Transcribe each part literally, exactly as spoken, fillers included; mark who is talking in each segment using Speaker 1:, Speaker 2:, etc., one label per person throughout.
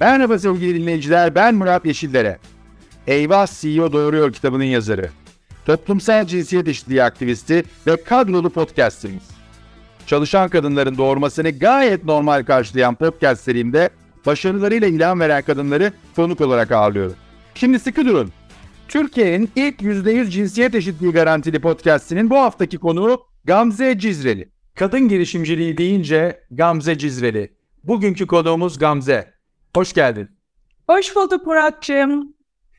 Speaker 1: Merhaba sevgili dinleyiciler, ben Murat Yeşillere. Eyvah C E O Doğuruyor kitabının yazarı. Toplumsal cinsiyet eşitliği aktivisti ve kadrolu podcast'imiz. Çalışan kadınların doğurmasını gayet normal karşılayan podcast serimde başarılarıyla ilham veren kadınları konuk olarak ağırlıyorum. Şimdi sıkı durun. Türkiye'nin ilk yüzde yüz cinsiyet eşitliği garantili podcast'inin bu haftaki konuğu Gamze Cizreli. Kadın girişimciliği deyince Gamze Cizreli. Bugünkü konuğumuz Gamze. Hoş geldin.
Speaker 2: Hoş bulduk Muratcığım.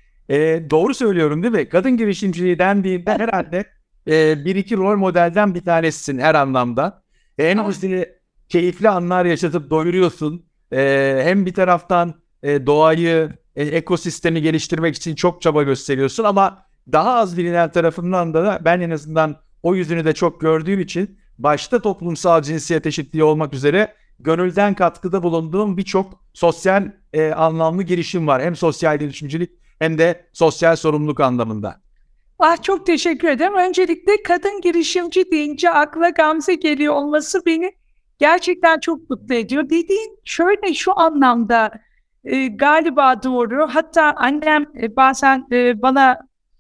Speaker 1: Ee, doğru söylüyorum değil mi? Kadın girişimciliği dendiğinde herhalde e, bir iki rol modelden bir tanesisin her anlamda. En önemlisi keyifli anlar yaşatıp doyuruyorsun. Ee, hem bir taraftan e, doğayı, e, ekosistemi geliştirmek için çok çaba gösteriyorsun ama daha az bilinen tarafından da ben en azından o yüzünü de çok gördüğüm için başta toplumsal cinsiyet eşitliği olmak üzere gönülden katkıda bulunduğum birçok sosyal e, anlamlı girişim var. Hem sosyal girişimcilik hem de sosyal sorumluluk anlamında.
Speaker 2: Ah, çok teşekkür ederim. Öncelikle kadın girişimci deyince akla Gamze geliyor olması beni gerçekten çok mutlu ediyor. Dediğin şöyle şu anlamda e, galiba doğru. Hatta annem e, bazen e, bana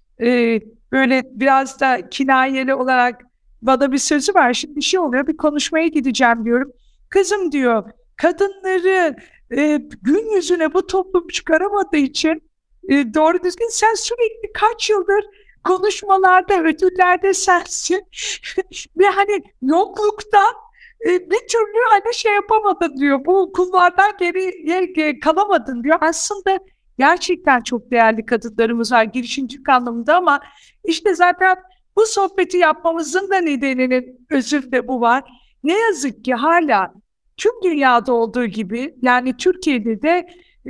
Speaker 2: e, böyle biraz da kinayeli olarak bana bir sözü var. Şimdi bir şey oluyor, bir konuşmaya gideceğim diyorum. Kızım diyor, kadınları e, gün yüzüne bu toplum çıkaramadığı için e, doğru düzgün sen sürekli kaç yıldır konuşmalarda, ödüllerde sensin ve hani yoklukta e, bir türlü hani şey yapamadın diyor. Bu kulvardan geriye kalamadın diyor. Aslında gerçekten çok değerli kadınlarımız var girişimcilik anlamında ama işte zaten bu sohbeti yapmamızın da nedeninin özünde bu var. Ne yazık ki hala tüm dünyada olduğu gibi yani Türkiye'de de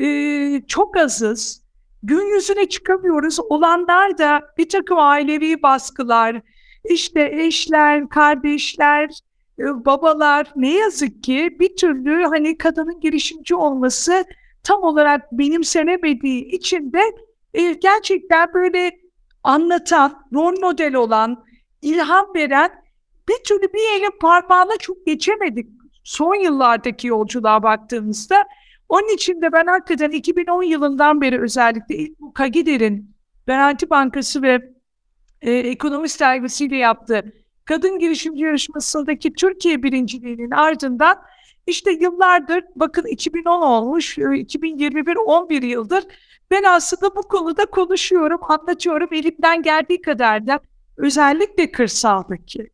Speaker 2: e, çok azız. Gün yüzüne çıkamıyoruz. Olanlar da bir takım ailevi baskılar, işte eşler, kardeşler, e, babalar ne yazık ki bir türlü hani kadının girişimci olması tam olarak benimsenemediği için de e, gerçekten böyle anlatan, rol model olan, ilham veren bir türlü bir elin parmağına çok geçemedik son yıllardaki yolculuğa baktığımızda. Onun için de ben hakikaten iki bin on yılından beri özellikle ilk bu Kagider'in Garanti Bankası ve e, Ekonomist dergisiyle yaptığı kadın girişimci yarışmasındaki Türkiye birinciliğinin ardından işte yıllardır bakın iki bin on olmuş, iki bin yirmi bir on bir yıldır ben aslında bu konuda konuşuyorum, anlatıyorum elimden geldiği kadar da özellikle kırsaldaki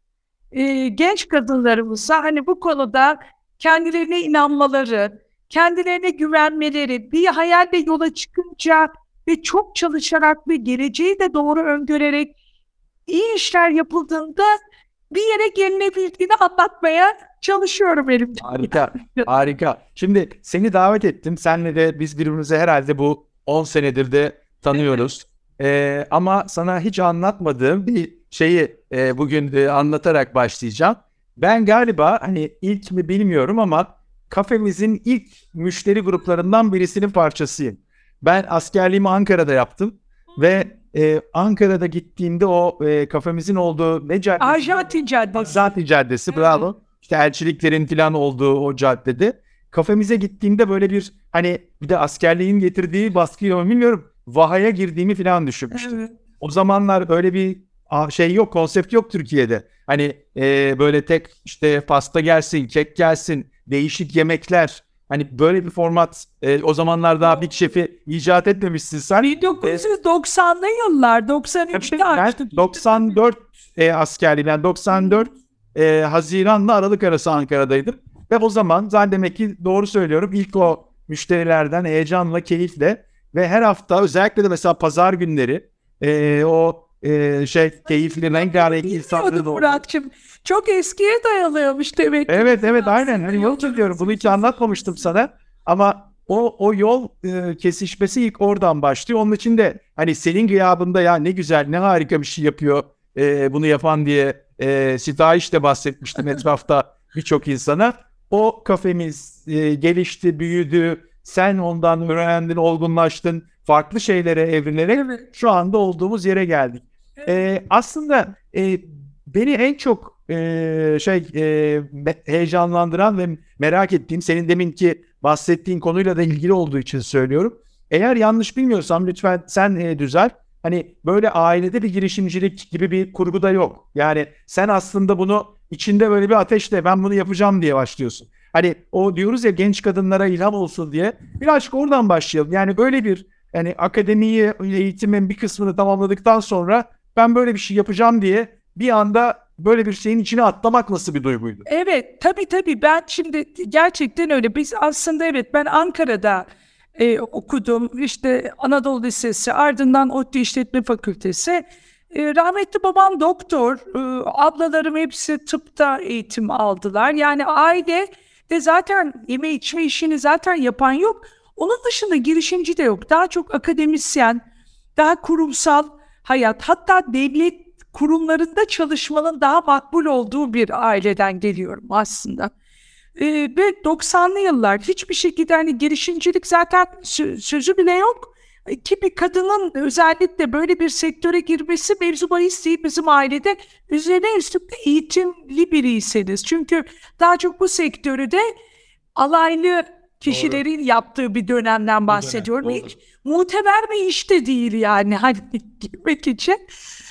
Speaker 2: e, genç kadınlarımıza hani bu konuda kendilerine inanmaları, kendilerine güvenmeleri, bir hayalle yola çıkınca ve çok çalışarak ve geleceği de doğru öngörerek iyi işler yapıldığında bir yere gelinebildiğini anlatmaya çalışıyorum elimden.
Speaker 1: Harika, harika. Şimdi seni davet ettim. Senle de biz birbirimizi herhalde bu on senedir de tanıyoruz. ee, ama sana hiç anlatmadığım bir şeyi e, bugün e, anlatarak başlayacağım. Ben galiba hani ilk mi bilmiyorum ama kafemizin ilk müşteri gruplarından birisinin parçasıyım. Ben askerliğimi Ankara'da yaptım ve e, Ankara'da gittiğimde o e, kafemizin olduğu ne caddesi?
Speaker 2: Arjantin Caddesi.
Speaker 1: Arjantin Caddesi, bravo. İşte elçiliklerin falan olduğu o caddede. Kafemize gittiğimde böyle bir hani bir de askerliğin getirdiği baskıyı bilmiyorum. Vahaya girdiğimi falan düşünmüştüm. Evet. O zamanlar öyle bir şey yok, konsept yok Türkiye'de. Hani e, böyle tek işte pasta gelsin, kek gelsin, değişik yemekler. Hani böyle bir format e, o zamanlar daha Big Chef'i icat etmemişsin sen.
Speaker 2: bin dokuz yüz doksanlı yıllar, doksan üçte açtık.
Speaker 1: doksan dört e, askerliğim, yani doksan dört e, Haziran'la Aralık arası Ankara'daydım. Ve o zaman zaten demek ki doğru söylüyorum. İlk o müşterilerden heyecanla, keyifle ve her hafta özellikle de mesela pazar günleri e, o e, şey keyifli rengarenk insanların oldu.
Speaker 2: Murat'cığım çok eskiye dayanıyormuş demek.
Speaker 1: Evet evet aynen. Hani yol çiziyorum. Bunu hiç anlatmamıştım sana. Ama o o yol e, kesişmesi ilk oradan başlıyor. Onun için de hani senin gıyabında ya ne güzel, ne harika bir şey yapıyor e, bunu yapan diye e, sitayiş de bahsetmiştim etrafta birçok insana. O kafemiz e, gelişti, büyüdü. Sen ondan öğrendin, olgunlaştın. Farklı şeylere evrilerek evet. Şu anda olduğumuz yere geldik. Evet. E, aslında e, beni en çok e, şey e, me- heyecanlandıran ve merak ettiğim, senin deminki bahsettiğin konuyla da ilgili olduğu için söylüyorum. Eğer yanlış bilmiyorsam lütfen sen e, düzelt. Hani böyle ailede bir girişimcilik gibi bir kurgu da yok. Yani sen aslında bunu içinde böyle bir ateşle ben bunu yapacağım diye başlıyorsun. Hani o diyoruz ya, genç kadınlara ilham olsun diye. Birazcık oradan başlayalım. Yani böyle bir, yani akademiyi, eğitimin bir kısmını tamamladıktan sonra ben böyle bir şey yapacağım diye bir anda böyle bir şeyin içine atlamak nasıl bir duyguydu?
Speaker 2: Evet, tabii tabii. Ben şimdi gerçekten öyle. Biz aslında, evet, ben Ankara'da e, okudum. İşte Anadolu Lisesi, ardından ODTÜ İşletme Fakültesi. E, rahmetli babam doktor, e, ablalarım hepsi tıpta eğitim aldılar. Yani aile de zaten yeme içme işini zaten yapan yok. Onun dışında girişimci de yok. Daha çok akademisyen, daha kurumsal hayat, hatta devlet kurumlarında çalışmanın daha makbul olduğu bir aileden geliyorum aslında. Ee, ve doksanlı yıllar hiçbir şekilde hani girişimcilik zaten sö- sözü bile yok. Ki bir kadının özellikle böyle bir sektöre girmesi mevzu bahis değil bizim ailede. Üzerine üstlük de eğitimli biriyseniz. Çünkü daha çok bu sektörü de alaylı kişilerin yaptığı bir dönemden bahsediyorum.
Speaker 1: Doğru.
Speaker 2: Hiç muteber bir iş de değil yani hani girmek için.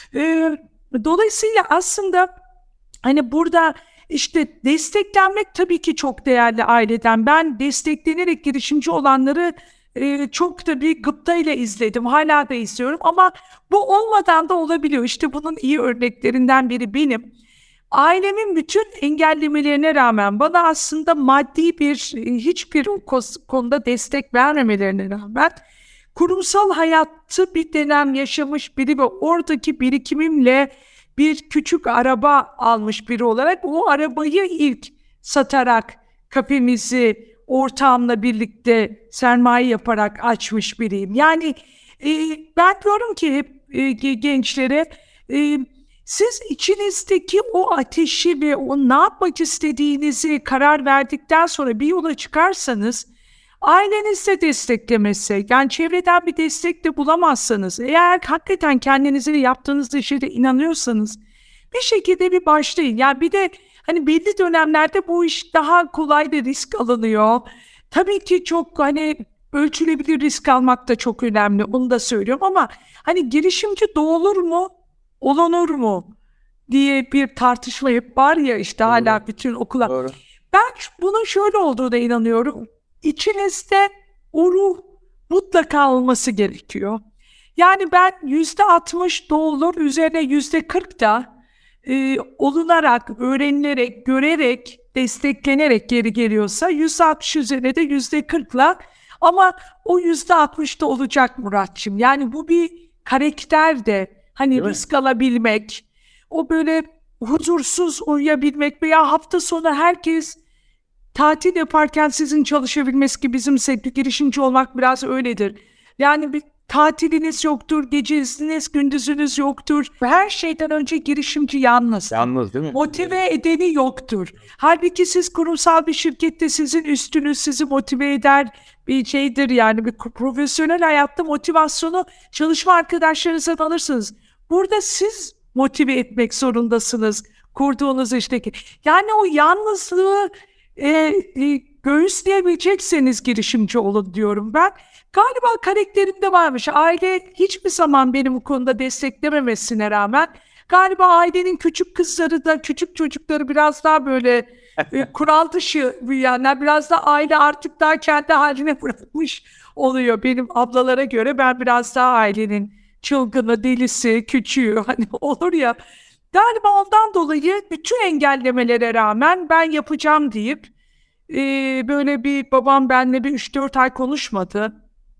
Speaker 2: Ee, dolayısıyla aslında hani burada işte desteklenmek tabii ki çok değerli aileden. Ben desteklenerek girişimci olanları e, çok tabii gıptayla izledim. Hala da izliyorum ama bu olmadan da olabiliyor. İşte bunun iyi örneklerinden biri benim. Ailemin bütün engellemelerine rağmen bana aslında maddi bir hiçbir konuda destek vermemelerine rağmen kurumsal hayatı bir dönem yaşamış biri ve oradaki birikimimle bir küçük araba almış biri olarak o arabayı ilk satarak kafemizi ortağımla birlikte sermaye yaparak açmış biriyim. Yani e, ben diyorum ki hep e, gençlere, e, siz içinizdeki o ateşi ve o ne yapmak istediğinizi karar verdikten sonra bir yola çıkarsanız, aileniz de desteklemese, yani çevreden bir destek de bulamazsanız, eğer hakikaten kendinize yaptığınız işe de inanıyorsanız bir şekilde bir başlayın. Yani bir de hani belli dönemlerde bu iş daha kolay da risk alınıyor. Tabii ki çok hani ölçülebilir risk almak da çok önemli, onu da söylüyorum ama hani girişimci doğulur mu, olunur mu diye bir tartışma hep var ya işte.
Speaker 1: Doğru.
Speaker 2: Hala bütün okula.
Speaker 1: Doğru.
Speaker 2: Ben bunun şöyle olduğuna inanıyorum. İçinizde o ruh mutlaka olması gerekiyor. Yani ben yüzde altmış doğulur, üzerine yüzde kırk da e, olunarak, öğrenilerek, görerek, desteklenerek geri geliyorsa yüzde altmış üzerine de yüzde kırkla, ama o yüzde altmış da olacak Muratçığım. Yani bu bir karakter de, hani
Speaker 1: Değil mi?
Speaker 2: risk alabilmek, o böyle huzursuz uyuyabilmek veya hafta sonu herkes tatil yaparken sizin çalışabilmesi ki bizim sektör girişimci olmak biraz öyledir. Yani bir tatiliniz yoktur, gece izniniz, gündüzünüz yoktur. Her şeyden önce girişimci yalnız.
Speaker 1: Yalnız değil mi?
Speaker 2: Motive edeni yoktur. Halbuki siz kurumsal bir şirkette sizin üstünüz sizi motive eder bir şeydir, yani bir profesyonel hayatta motivasyonu çalışma arkadaşlarınızdan alırsınız. Burada siz motive etmek zorundasınız kurduğunuz işteki. Yani o yalnızlığı e, e, göğüsleyebilecekseniz girişimci olun diyorum ben. Galiba karakterimde varmış. Aile hiçbir zaman beni bu konuda desteklememesine rağmen galiba ailenin küçük kızları da, küçük çocukları biraz daha böyle e, kural dışı büyüyenler, biraz da aile artık daha kendi haline bırakmış oluyor. Benim ablalara göre ben biraz daha ailenin çılgını, delisi, küçüğü hani olur ya. Galiba ondan dolayı bütün engellemelere rağmen ben yapacağım deyip e, böyle bir babam benimle bir üç dört ay konuşmadı.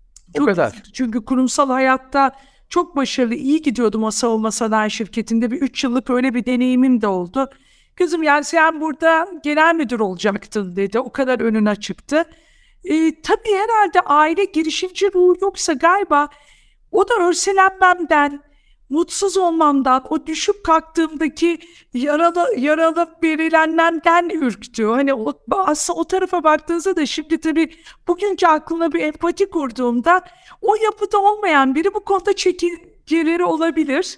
Speaker 1: O
Speaker 2: Çok,
Speaker 1: kadar.
Speaker 2: çünkü kurumsal hayatta çok başarılı, iyi gidiyordum o savunma sanayi şirketinde. Bir üç yıllık öyle bir deneyimim de oldu. Kızım yani sen burada genel müdür olacaktın dedi. O kadar önün açıktı. E, tabii herhalde aile girişimci ruhu yoksa galiba o da örselenmemden, mutsuz olmamdan, o düşüp kalktığımdaki yaralı, yaralı verilenlerden ürktü. Hani o, aslında o tarafa baktığınızda da şimdi tabii bugünkü aklına bir empati kurduğumda o yapıda olmayan biri bu konuda çekinceleri olabilir.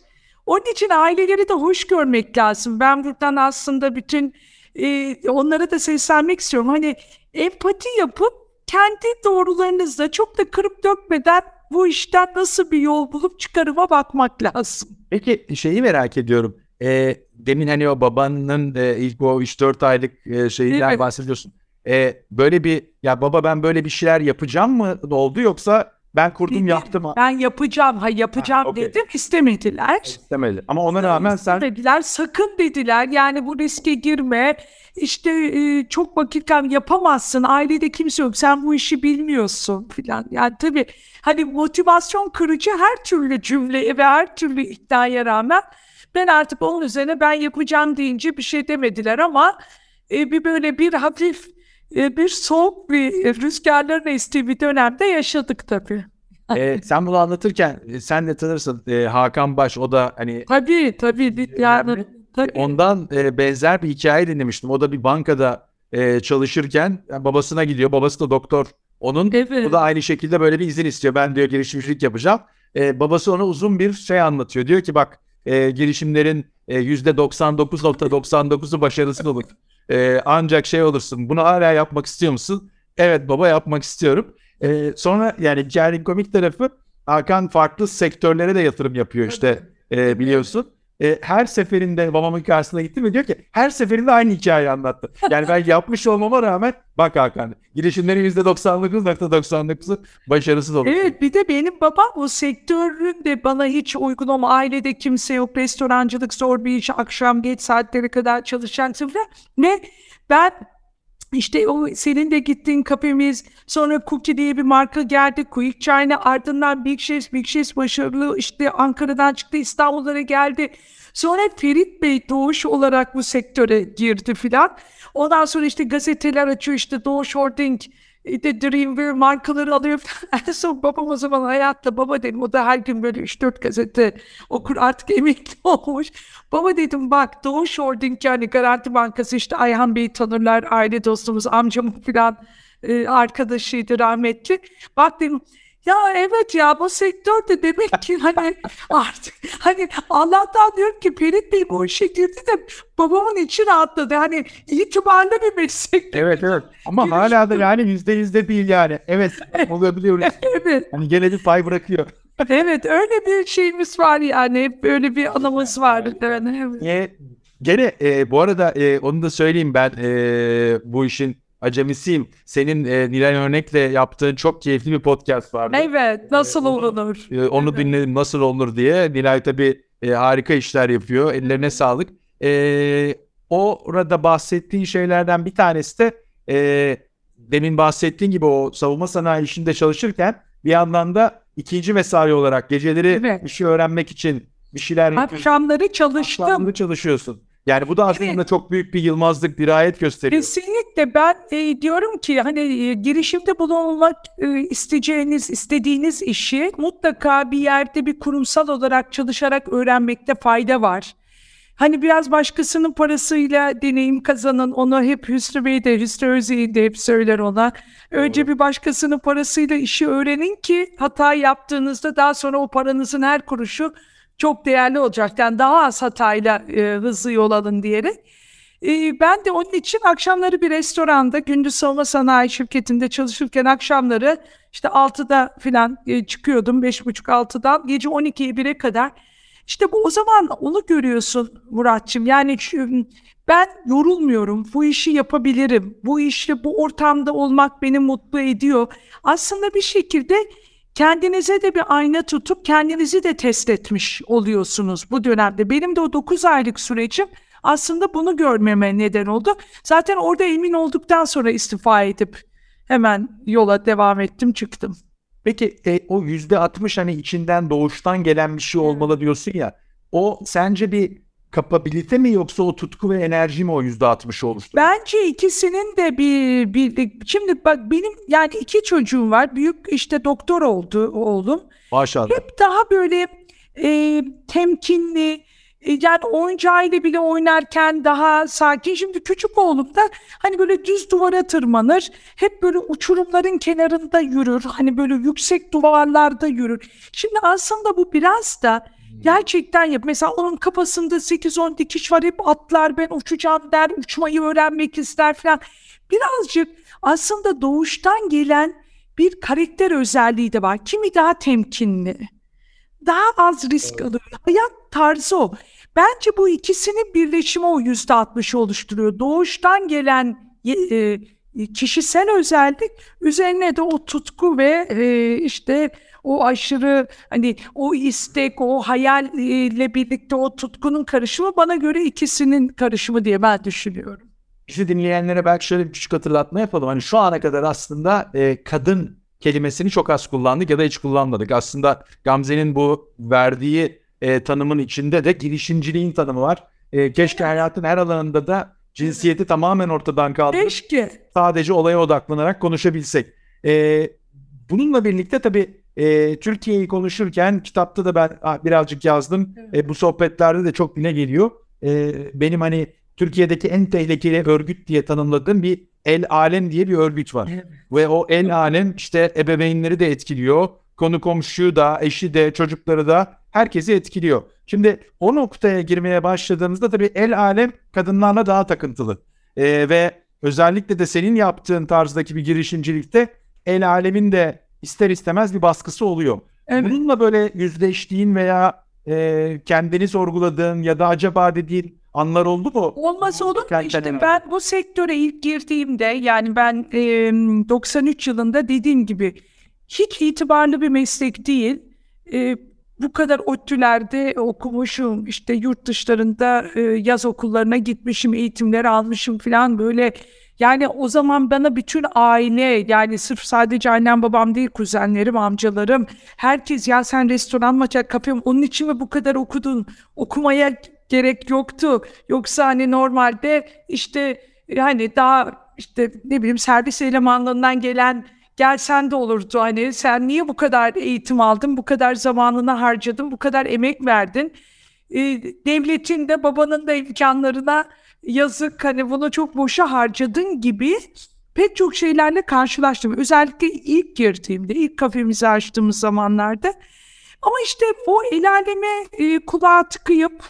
Speaker 2: Onun için aileleri de hoş görmek lazım. Ben buradan aslında bütün e, onlara da seslenmek istiyorum. Hani empati yapıp kendi doğrularınızla çok da kırıp dökmeden bu işten nasıl bir yol bulup çıkarıma bakmak lazım.
Speaker 1: Peki şeyi merak ediyorum. E, demin hani o babanın e, ilk o üç dört aylık e, şeyinden
Speaker 2: Evet.
Speaker 1: bahsediyorsun. E, böyle bir ya baba ben böyle bir şeyler yapacağım mı oldu yoksa ben kurdum yaptım mı?
Speaker 2: Ben yapacağım, ha yapacağım
Speaker 1: Ha, okey.
Speaker 2: dedim, istemediler.
Speaker 1: İstemedi. Ama ona rağmen sen
Speaker 2: Dediler, sakın dediler, yani bu riske girme, işte e, çok vakit kaybı yapamazsın, ailede kimse yok, sen bu işi bilmiyorsun filan. Yani tabii hani motivasyon kırıcı her türlü cümleye ve her türlü iddiaya rağmen ben artık onun üzerine ben yapacağım deyince bir şey demediler ama e, bir böyle bir hafif e, bir soğuk bir e, rüzgarların estiği bir dönemde yaşadık tabii.
Speaker 1: e, sen bunu anlatırken e, sen de tanırsın e, Hakan Baş, o da hani
Speaker 2: Tabii tabii yani tabii.
Speaker 1: ondan e, benzer bir hikaye dinlemiştim. O da bir bankada e, çalışırken yani babasına gidiyor. Babası da doktor. Onun
Speaker 2: Evet.
Speaker 1: o da aynı şekilde böyle bir izin istiyor. Ben diyor girişimcilik yapacağım. E, babası ona uzun bir şey anlatıyor. Diyor ki bak e, girişimlerin e, yüzde doksan dokuz nokta doksan dokuzu başarısız olur. E, ancak şey olursun. Bunu hala yapmak istiyor musun? Evet baba, yapmak istiyorum. E, sonra yani hikayenin komik tarafı, Hakan farklı sektörlere de yatırım yapıyor işte e, biliyorsun. E, her seferinde babamın karşısına gitti ve diyor ki her seferinde aynı hikayeyi anlattı. Yani ben yapmış olmama rağmen bak Hakan, girişimlerin yüzde doksan dokuz nokta doksan dokuzu başarısız olur.
Speaker 2: Evet, bir de benim babam o sektörün de bana hiç uygun olma. Ailede kimse yok. Restorancılık zor bir iş. Akşam geç saatlere kadar çalışan falan. Ve ben işte o senin de gittiğin kafemiz, sonra Cookie diye bir marka geldi. Quick China, ardından Big Chefs, Big Chefs başarılı. İşte Ankara'dan çıktı, İstanbul'a geldi. Sonra Ferit Bey Doğuş olarak bu sektöre girdi filan. Ondan sonra işte gazeteler açıyor, işte Doğuş Holding, işte Dreamwear markaları alıyor. En son babam o zaman hayatta, baba dedim, o da her gün böyle üç dört gazete okur, artık emekli olmuş. Baba dedim bak, Doğuş Holding yani Garanti Bankası, işte Ayhan Bey'i tanırlar, aile dostumuz, amcamın filan e, arkadaşıydı rahmetli. Bak dedim, ya evet ya, bu sektörde demek ki hani artık hani Allah'tan diyorum ki Ferit Bey bu işe girdi de babamın içi rahatladı. Hani itibarlı bir meslek.
Speaker 1: Evet evet. Ama hala da yani yüzde yüzde değil yani. Evet olabiliyoruz.
Speaker 2: Evet,
Speaker 1: Hani gene bir pay bırakıyor.
Speaker 2: evet, öyle bir şeyimiz var yani, böyle bir anımız vardı. Yani, evet.
Speaker 1: E, gene e, bu arada e, onu da söyleyeyim, ben e, bu işin acemisiyim. Senin e, Nilay Örnek'le yaptığın çok keyifli bir podcast vardı.
Speaker 2: Evet, nasıl olunur?
Speaker 1: E, onu dinledim, nasıl olur diye. Nilay tabii e, harika işler yapıyor. Ellerine sağlık. E, orada bahsettiğin şeylerden bir tanesi de e, demin bahsettiğin gibi o savunma sanayi işinde çalışırken bir yandan da ikinci mesai olarak geceleri
Speaker 2: Evet.
Speaker 1: bir şey öğrenmek için bir şeyler
Speaker 2: Akşamları çalıştım.
Speaker 1: akşamları çalışıyorsun. Yani bu da aslında
Speaker 2: Evet.
Speaker 1: çok büyük bir yılmazlık, dirayet gösteriyor.
Speaker 2: Kesinlikle ben e, diyorum ki hani e, girişimde bulunmak e, isteyeceğiniz, istediğiniz işi mutlaka bir yerde bir kurumsal olarak çalışarak öğrenmekte fayda var. Hani biraz başkasının parasıyla deneyim kazanın. Onu hep Hüsnü Bey de, Hüsnü Özyeğin de hep söyler ona. Önce bir başkasının parasıyla işi öğrenin ki hata yaptığınızda daha sonra o paranızın her kuruşu çok değerli olacak. Yani daha az hatayla e, hızlı yol alın diyerek. E, ben de onun için akşamları bir restoranda, gündüz savunma sanayi şirketinde çalışırken akşamları işte altıda falan e, çıkıyordum. beş buçuk altıdan gece on ikiye bire kadar. İşte bu, o zaman onu görüyorsun Muratçım. Yani şu, ben yorulmuyorum, bu işi yapabilirim. Bu işte bu ortamda olmak beni mutlu ediyor. Aslında bir şekilde kendinize de bir ayna tutup kendinizi de test etmiş oluyorsunuz bu dönemde. Benim de o dokuz aylık sürecim aslında bunu görmeme neden oldu. Zaten orada emin olduktan sonra istifa edip hemen yola devam ettim, çıktım.
Speaker 1: Peki e, o yüzde altmış hani içinden doğuştan gelen bir şey olmalı diyorsun ya. O sence bir kapabilite mi yoksa o tutku ve enerji mi o yüzde altmışı oluşturuyor?
Speaker 2: Bence ikisinin de bir, bir şimdi bak, benim yani iki çocuğum var. Büyük işte doktor oldu oğlum.
Speaker 1: Maşallah.
Speaker 2: Hep daha böyle e, temkinli, e, yani oyuncağıyla bile oynarken daha sakin. Şimdi küçük oğlum da hani böyle düz duvara tırmanır. Hep böyle uçurumların kenarında yürür. Hani böyle yüksek duvarlarda yürür. Şimdi aslında bu biraz da Gerçekten yap. Mesela onun kafasında sekiz on dikiş var, hep atlar, ben uçacağım der, uçmayı öğrenmek ister falan. Birazcık aslında doğuştan gelen bir karakter özelliği de var. Kimi daha temkinli, daha az risk alıyor. Hayat tarzı o. Bence bu ikisinin birleşimi o yüzde altmışı oluşturuyor. Doğuştan gelen e, kişisel özellik, üzerine de o tutku ve e, işte o aşırı hani o istek, o hayalle birlikte o tutkunun karışımı, bana göre ikisinin karışımı diye ben düşünüyorum.
Speaker 1: Bizi dinleyenlere belki şöyle bir küçük hatırlatma yapalım. Hani şu ana kadar aslında e, kadın kelimesini çok az kullandık ya da hiç kullanmadık. Aslında Gamze'nin bu verdiği e, tanımın içinde de girişimciliğin tanımı var. E, keşke hayatın her alanında da cinsiyeti tamamen ortadan kaldırıp
Speaker 2: Keşke.
Speaker 1: sadece olaya odaklanarak konuşabilsek. E, bununla birlikte tabii e, Türkiye'yi konuşurken kitapta da ben ah, birazcık yazdım.
Speaker 2: Evet.
Speaker 1: E, bu sohbetlerde de çok dile geliyor. E, benim hani Türkiye'deki en tehlikeli örgüt diye tanımladığım bir El Alem diye bir örgüt var.
Speaker 2: Evet.
Speaker 1: Ve o El Alem işte ebeveynleri de etkiliyor. Konu komşuyu da, eşi de, çocukları da, herkesi etkiliyor. Şimdi o noktaya girmeye başladığımızda tabii El Alem kadınlarla daha takıntılı. Ee, ve özellikle de senin yaptığın tarzdaki bir girişimcilikte El Alem'in de ister istemez bir baskısı oluyor.
Speaker 2: Evet.
Speaker 1: Bununla böyle yüzleştiğin veya e, kendini sorguladığın ya da acaba dediğin anlar oldu mu?
Speaker 2: Olmaz olur mu?
Speaker 1: Kendine
Speaker 2: İşte
Speaker 1: bak.
Speaker 2: ben bu sektöre ilk girdiğimde, yani ben e, doksan üç yılında dediğim gibi hiç itibarlı bir meslek değil. E, bu kadar ODTÜ'lerde okumuşum, işte yurt dışlarında e, yaz okullarına gitmişim, eğitimleri almışım falan böyle. Yani o zaman bana bütün aile, yani sırf sadece annem babam değil, kuzenlerim, amcalarım, herkes, ya sen restoran mı açar, kafe mi, onun için mi bu kadar okudun, okumaya gerek yoktu. Yoksa hani normalde işte yani daha işte ne bileyim servis elemanlarından gelen gelsen de olurdu. Hani sen niye bu kadar eğitim aldın, bu kadar zamanını harcadın, bu kadar emek verdin. Ee, devletin de babanın da imkanlarına yazık, hani bunu çok boşa harcadın gibi pek çok şeylerle karşılaştım. Özellikle ilk girdiğimde, ilk kafemizi açtığımız zamanlarda. Ama işte o el aleme e, kulağa tıkayıp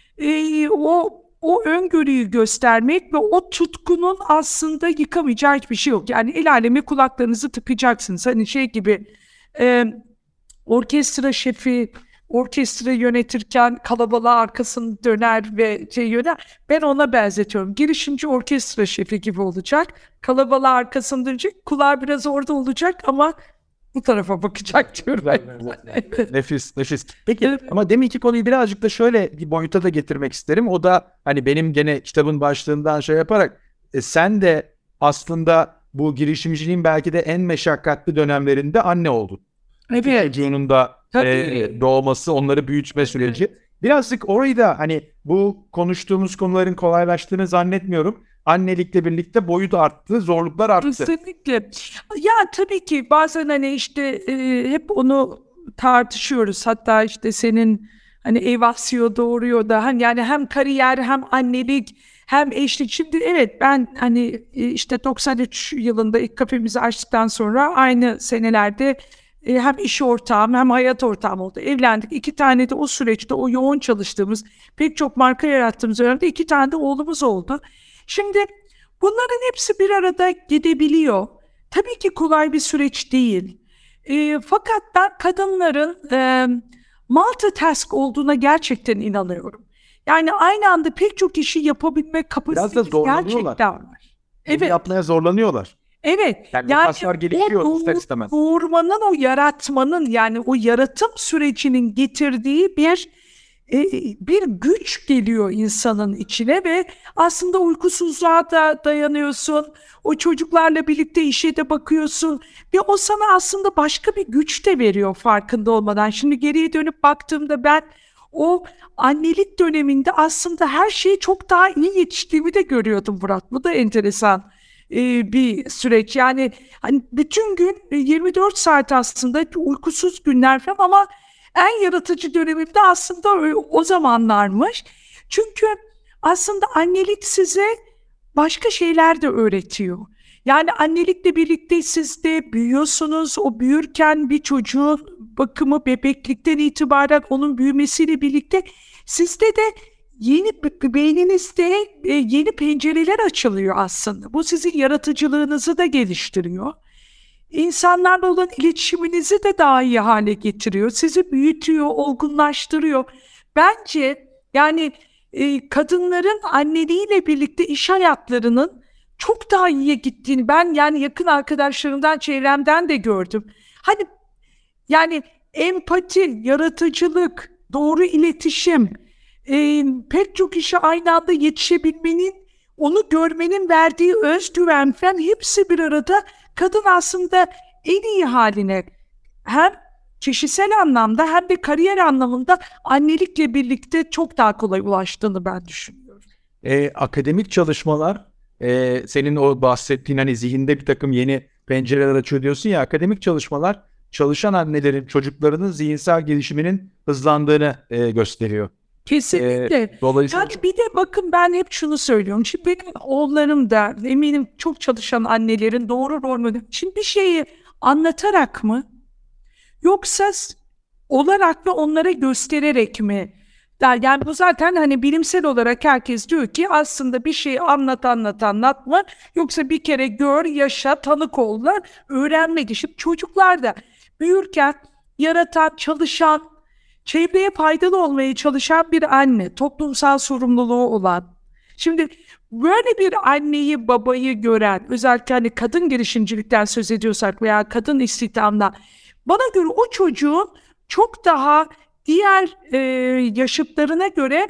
Speaker 2: e, o o öngörüyü göstermek ve o tutkunun aslında yıkamayacağı hiçbir şey yok. Yani el aleme kulaklarınızı tıkayacaksınız. Hani şey gibi e, orkestra şefi orkestra yönetirken kalabalığa arkasını döner ve şey yöner. Ben ona benzetiyorum. Girişimci orkestra şefi gibi olacak. Kalabalığa arkasını dönecek. Kulağı biraz orada olacak ama bu tarafa bakacak diyorum. Evet.
Speaker 1: Nefis, nefis. Peki
Speaker 2: Evet.
Speaker 1: ama deminki konuyu birazcık da şöyle bir boyuta da getirmek isterim. O da hani benim gene kitabın başlığından şey yaparak e, sen de aslında bu girişimciliğin belki de en meşakkatli dönemlerinde anne oldun.
Speaker 2: Evet.
Speaker 1: Çocuğunun da
Speaker 2: Tabii.
Speaker 1: e, doğması, onları büyütme süreci. Birazcık orayı da hani bu konuştuğumuz konuların kolaylaştığını zannetmiyorum. Annelikle birlikte boyu da arttı, zorluklar arttı.
Speaker 2: Kesinlikle. Ya tabii ki bazen hani işte e, hep onu tartışıyoruz. Hatta işte senin hani evasyo doğuruyor da hani yani hem kariyer hem annelik hem eşlik. Şimdi evet, ben hani e, işte doksan üç yılında ilk kafemizi açtıktan sonra aynı senelerde e, hem iş ortağım hem hayat ortağım oldu. Evlendik. İki tane de o süreçte o yoğun çalıştığımız, pek çok marka yarattığımız dönemde iki tane de oğlumuz oldu. Şimdi bunların hepsi bir arada gidebiliyor. Tabii ki kolay bir süreç değil. E, fakat ben kadınların e, multitask olduğuna gerçekten inanıyorum. Yani aynı anda pek çok işi yapabilme kapasitesi
Speaker 1: zorlanıyorlar.
Speaker 2: gerçekten var.
Speaker 1: Bunu
Speaker 2: Evet,
Speaker 1: yapmaya zorlanıyorlar.
Speaker 2: evet.
Speaker 1: Yani,
Speaker 2: Yani
Speaker 1: kaslar gelişiyor
Speaker 2: o
Speaker 1: ister
Speaker 2: doğur-
Speaker 1: istemez.
Speaker 2: doğurmanın, o yaratmanın, yani o yaratım sürecinin getirdiği bir e, bir güç geliyor insanın içine ve aslında uykusuzluğa da dayanıyorsun. O çocuklarla birlikte işe de bakıyorsun ve o sana aslında başka bir güç de veriyor farkında olmadan. Şimdi geriye dönüp baktığımda ben o annelik döneminde aslında her şeyi çok daha iyi yetiştiğimi de görüyordum Murat. Bu da enteresan e, bir süreç. Yani hani bütün gün e, yirmi dört saat aslında uykusuz günler falan ama en yaratıcı dönemimde aslında o, o zamanlarmış. Çünkü aslında annelik size başka şeyler de öğretiyor. Yani annelikle birlikte siz de büyüyorsunuz. O büyürken bir çocuğun bakımı bebeklikten itibaren onun büyümesiyle birlikte sizde de yeni beyninizde e, yeni pencereler açılıyor aslında. Bu sizin yaratıcılığınızı da geliştiriyor. İnsanlarla olan iletişiminizi de daha iyi hale getiriyor. Sizi büyütüyor, olgunlaştırıyor. Bence yani e, kadınların anneliğiyle birlikte iş hayatlarının çok daha iyiye gittiğini ben yani yakın arkadaşlarımdan, çevremden de gördüm. Hani yani empati, yaratıcılık, doğru iletişim, e, pek çok işe aynı anda yetişebilmenin, onu görmenin verdiği özgüven falan hepsi bir arada kadın aslında en iyi haline hem kişisel anlamda hem de kariyer anlamında annelikle birlikte çok daha kolay ulaştığını ben düşünüyorum.
Speaker 1: E, akademik çalışmalar e, senin o bahsettiğin hani zihinde bir takım yeni pencereler açıyor diyorsun ya, akademik çalışmalar çalışan annelerin çocuklarının zihinsel gelişiminin hızlandığını e, gösteriyor.
Speaker 2: Kesinlikle.
Speaker 1: E, dolayısıyla
Speaker 2: Yani bir de bakın ben hep şunu söylüyorum. Şimdi benim oğullarım da eminim çok çalışan annelerin doğru rol modeli. Şimdi bir şeyi anlatarak mı yoksa olarak ve onlara göstererek mi? Yani bu zaten hani bilimsel olarak herkes diyor ki aslında bir şeyi anlat anlat anlatma yoksa bir kere gör, yaşa, tanık ollar, öğrenmek. Şimdi çocuklar da büyürken yaratan, çalışan, çevreye faydalı olmaya çalışan bir anne, toplumsal sorumluluğu olan. Şimdi böyle bir anneyi, babayı gören, özellikle hani kadın girişimcilikten söz ediyorsak veya kadın istihdamdan, bana göre o çocuğun çok daha diğer e, yaşıtlarına göre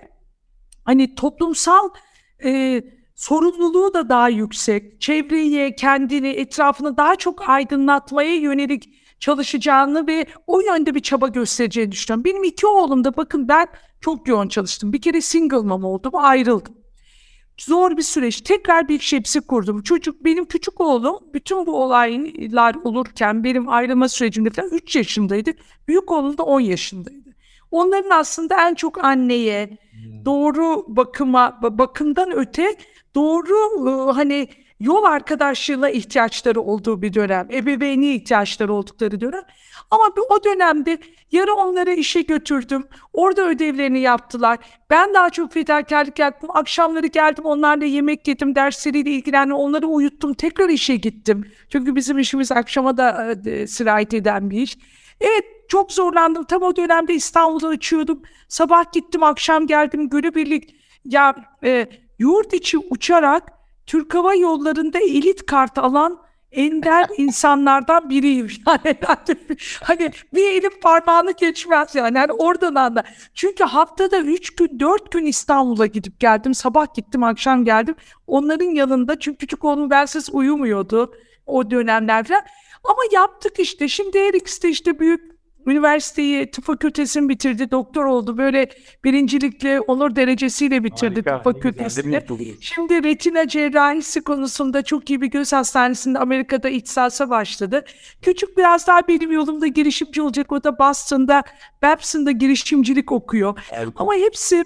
Speaker 2: hani toplumsal e, sorumluluğu da daha yüksek. Çevreyi, kendini, etrafını daha çok aydınlatmaya yönelik çalışacağını ve o yönde bir çaba göstereceğini düşünüyorum. Benim iki oğlum da bakın ben çok yoğun çalıştım. Bir kere single mom oldum, ayrıldım. Zor bir süreç. Tekrar bir şemsi kurdum. Çocuk, benim küçük oğlum bütün bu olaylar olurken benim ayrılma sürecimde falan üç yaşındaydı. Büyük oğlum da on yaşındaydı. Onların aslında en çok anneye, doğru bakıma, bakımdan öte doğru e, hani yol arkadaşlığına ihtiyaçları olduğu bir dönem. Ebeveyni ihtiyaçları oldukları dönem. Ama o dönemde yarı onları işe götürdüm. Orada ödevlerini yaptılar. Ben daha çok fedakarlık yaptım. Akşamları geldim onlarla yemek yedim. Dersleriyle ilgilendim. Onları uyuttum. Tekrar işe gittim. Çünkü bizim işimiz akşama da e, sirayet eden bir iş. Evet çok zorlandım. Tam o dönemde İstanbul'da uçuyordum. Sabah gittim, akşam geldim. Günübirlik ya e, yurt içi uçarak Türk Hava Yolları'nda elit kart alan ender insanlardan biriyim. Yani hani bir elin parmağını geçmez yani. Yani oradan anla. Çünkü haftada üç gün, dört gün İstanbul'a gidip geldim. Sabah gittim, akşam geldim. Onların yanında çünkü küçük oğlum bensiz uyumuyordu o dönemlerde. Ama yaptık işte. Şimdi her ikisi de işte büyük üniversiteyi, tıp fakültesini bitirdi, doktor oldu. Böyle birincilikle, onur derecesiyle bitirdi
Speaker 1: harika,
Speaker 2: tıp fakültesini.
Speaker 1: güzel.
Speaker 2: Şimdi retina cerrahisi konusunda çok iyi bir göz hastanesinde Amerika'da ihtisasa başladı. Küçük biraz daha benim yolumda girişimci olacak. O da Boston'da, Babson'da girişimcilik okuyor.
Speaker 1: Evet.
Speaker 2: Ama hepsi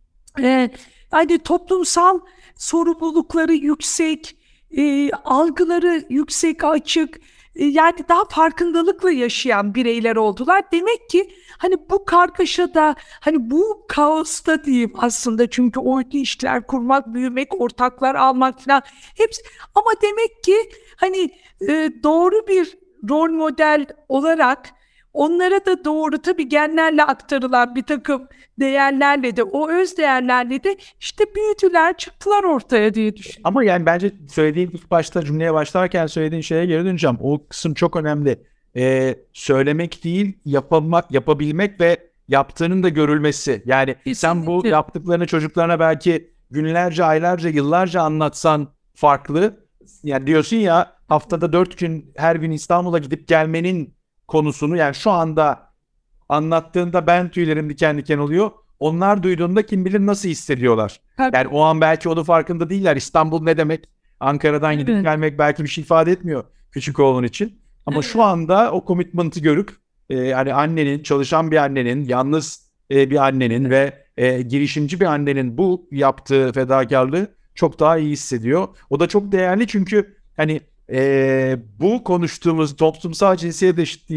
Speaker 2: e, hani toplumsal sorumlulukları yüksek, e, algıları yüksek, açık, yani daha farkındalıkla yaşayan bireyler oldular. Demek ki hani bu kargaşada, hani bu kaosta diyeyim aslında çünkü orada işler kurmak, büyümek, ortaklar almak falan hepsi. Ama demek ki hani e, doğru bir rol model olarak onlara da doğru tabii genlerle aktarılan bir takım değerlerle de o öz değerlerle de işte büyüdüler, çıktılar ortaya diye düşünüyorum.
Speaker 1: Ama yani bence söylediğin ilk başta cümleye başlarken söylediğin şeye geri döneceğim. O kısım çok önemli. Ee, söylemek değil, yapılmak, yapabilmek ve yaptığının da görülmesi. Yani
Speaker 2: Kesinlikle.
Speaker 1: sen bu yaptıklarını çocuklarına belki günlerce, aylarca, yıllarca anlatsan farklı. Yani diyorsun ya haftada dört gün her gün İstanbul'a gidip gelmenin konusunu yani şu anda anlattığında ben tüylerim diken diken oluyor. Onlar duyduğunda kim bilir nasıl hissediyorlar.
Speaker 2: Tabii.
Speaker 1: Yani o an belki onun farkında değiller. İstanbul ne demek? Ankara'dan gidip
Speaker 2: Evet.
Speaker 1: gelmek belki bir şey ifade etmiyor küçük oğlun için. Ama
Speaker 2: Evet.
Speaker 1: şu anda o commitment'ı görüp e, hani annenin, çalışan bir annenin, yalnız e, bir annenin ve e, girişimci bir annenin bu yaptığı fedakarlığı çok daha iyi hissediyor. O da çok değerli çünkü hani e, bu konuştuğumuz toplumsal cinsiyet eşitliğinin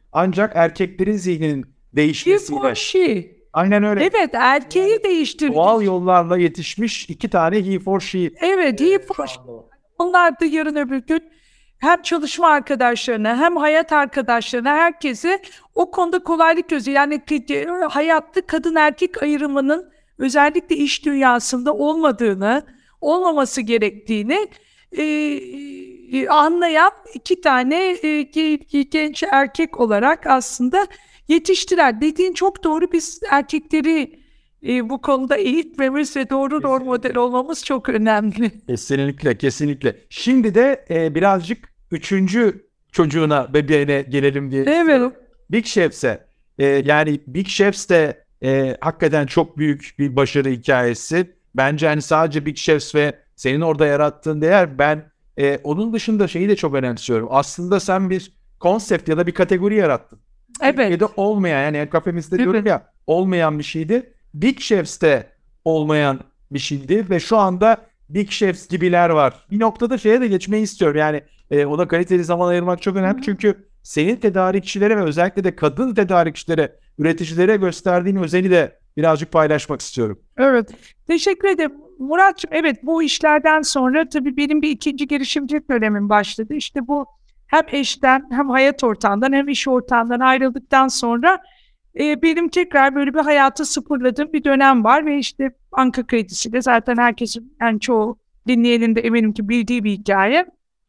Speaker 1: ancak erkeklerin zihninin değişmesiyle.
Speaker 2: He for she.
Speaker 1: Aynen öyle.
Speaker 2: Evet, erkeği değiştirdi.
Speaker 1: Doğal yollarla yetişmiş iki tane he for she.
Speaker 2: Evet, he for she. Onlar da yarın öbür gün hem çalışma arkadaşlarına hem hayat arkadaşlarına herkese o konuda kolaylık gözü. Yani hayatta kadın erkek ayrımının özellikle iş dünyasında olmadığını, olmaması gerektiğini e, anlayan iki tane e, genç erkek olarak aslında yetiştiler. Dediğin çok doğru. Biz erkekleri e, bu konuda eğitmemiz ve doğru rol model olmamız çok önemli.
Speaker 1: Kesinlikle, kesinlikle. Şimdi de e, birazcık üçüncü çocuğuna, bebeğine gelelim diye.
Speaker 2: Evet.
Speaker 1: Big Chefs'e. E, yani Big Chefs de e, hakikaten çok büyük bir başarı hikayesi. Bence hani sadece Big Chefs ve senin orada yarattığın değer, ben e, onun dışında şeyi de çok önemsiyorum. Aslında sen bir konsept ya da bir kategori yarattın.
Speaker 2: Evet.
Speaker 1: Türkiye'de olmayan, yani el kafemizde diyorum
Speaker 2: Evet.
Speaker 1: ya, olmayan bir şeydi. Big Chefs'te olmayan bir şeydi ve şu anda Big Chefs gibiler var. Bir noktada şeye de geçmeyi istiyorum. Yani e, ona kaliteli zaman ayırmak çok önemli.
Speaker 2: Hı hı.
Speaker 1: Çünkü senin tedarikçilere ve özellikle de kadın tedarikçilere, üreticilere gösterdiğin özeni de birazcık paylaşmak istiyorum.
Speaker 2: Evet. Teşekkür ederim. Muratçığım, evet, bu işlerden sonra tabii benim bir ikinci girişimcilik dönemim başladı. İşte bu hem eşten hem hayat ortağından hem iş ortağından ayrıldıktan sonra e, benim tekrar böyle bir hayatı sıfırladığım bir dönem var ve işte banka kredisiyle zaten herkesin, yani çoğu dinleyenin de eminim ki bildiği bir hikaye.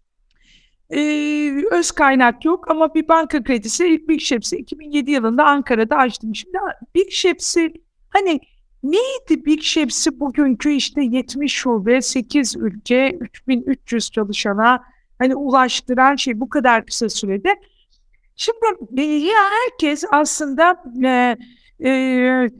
Speaker 2: Ee, öz kaynak yok ama bir banka kredisi ilk Big Chefs'i iki bin yedi yılında Ankara'da açtım. Şimdi Big Chefs'i hani neydi Big Chefs'i bugünkü işte yetmiş şube, sekiz ülke, üç bin üç yüz çalışana hani ulaştıran şey bu kadar kısa sürede. Şimdi ya herkes aslında e, e,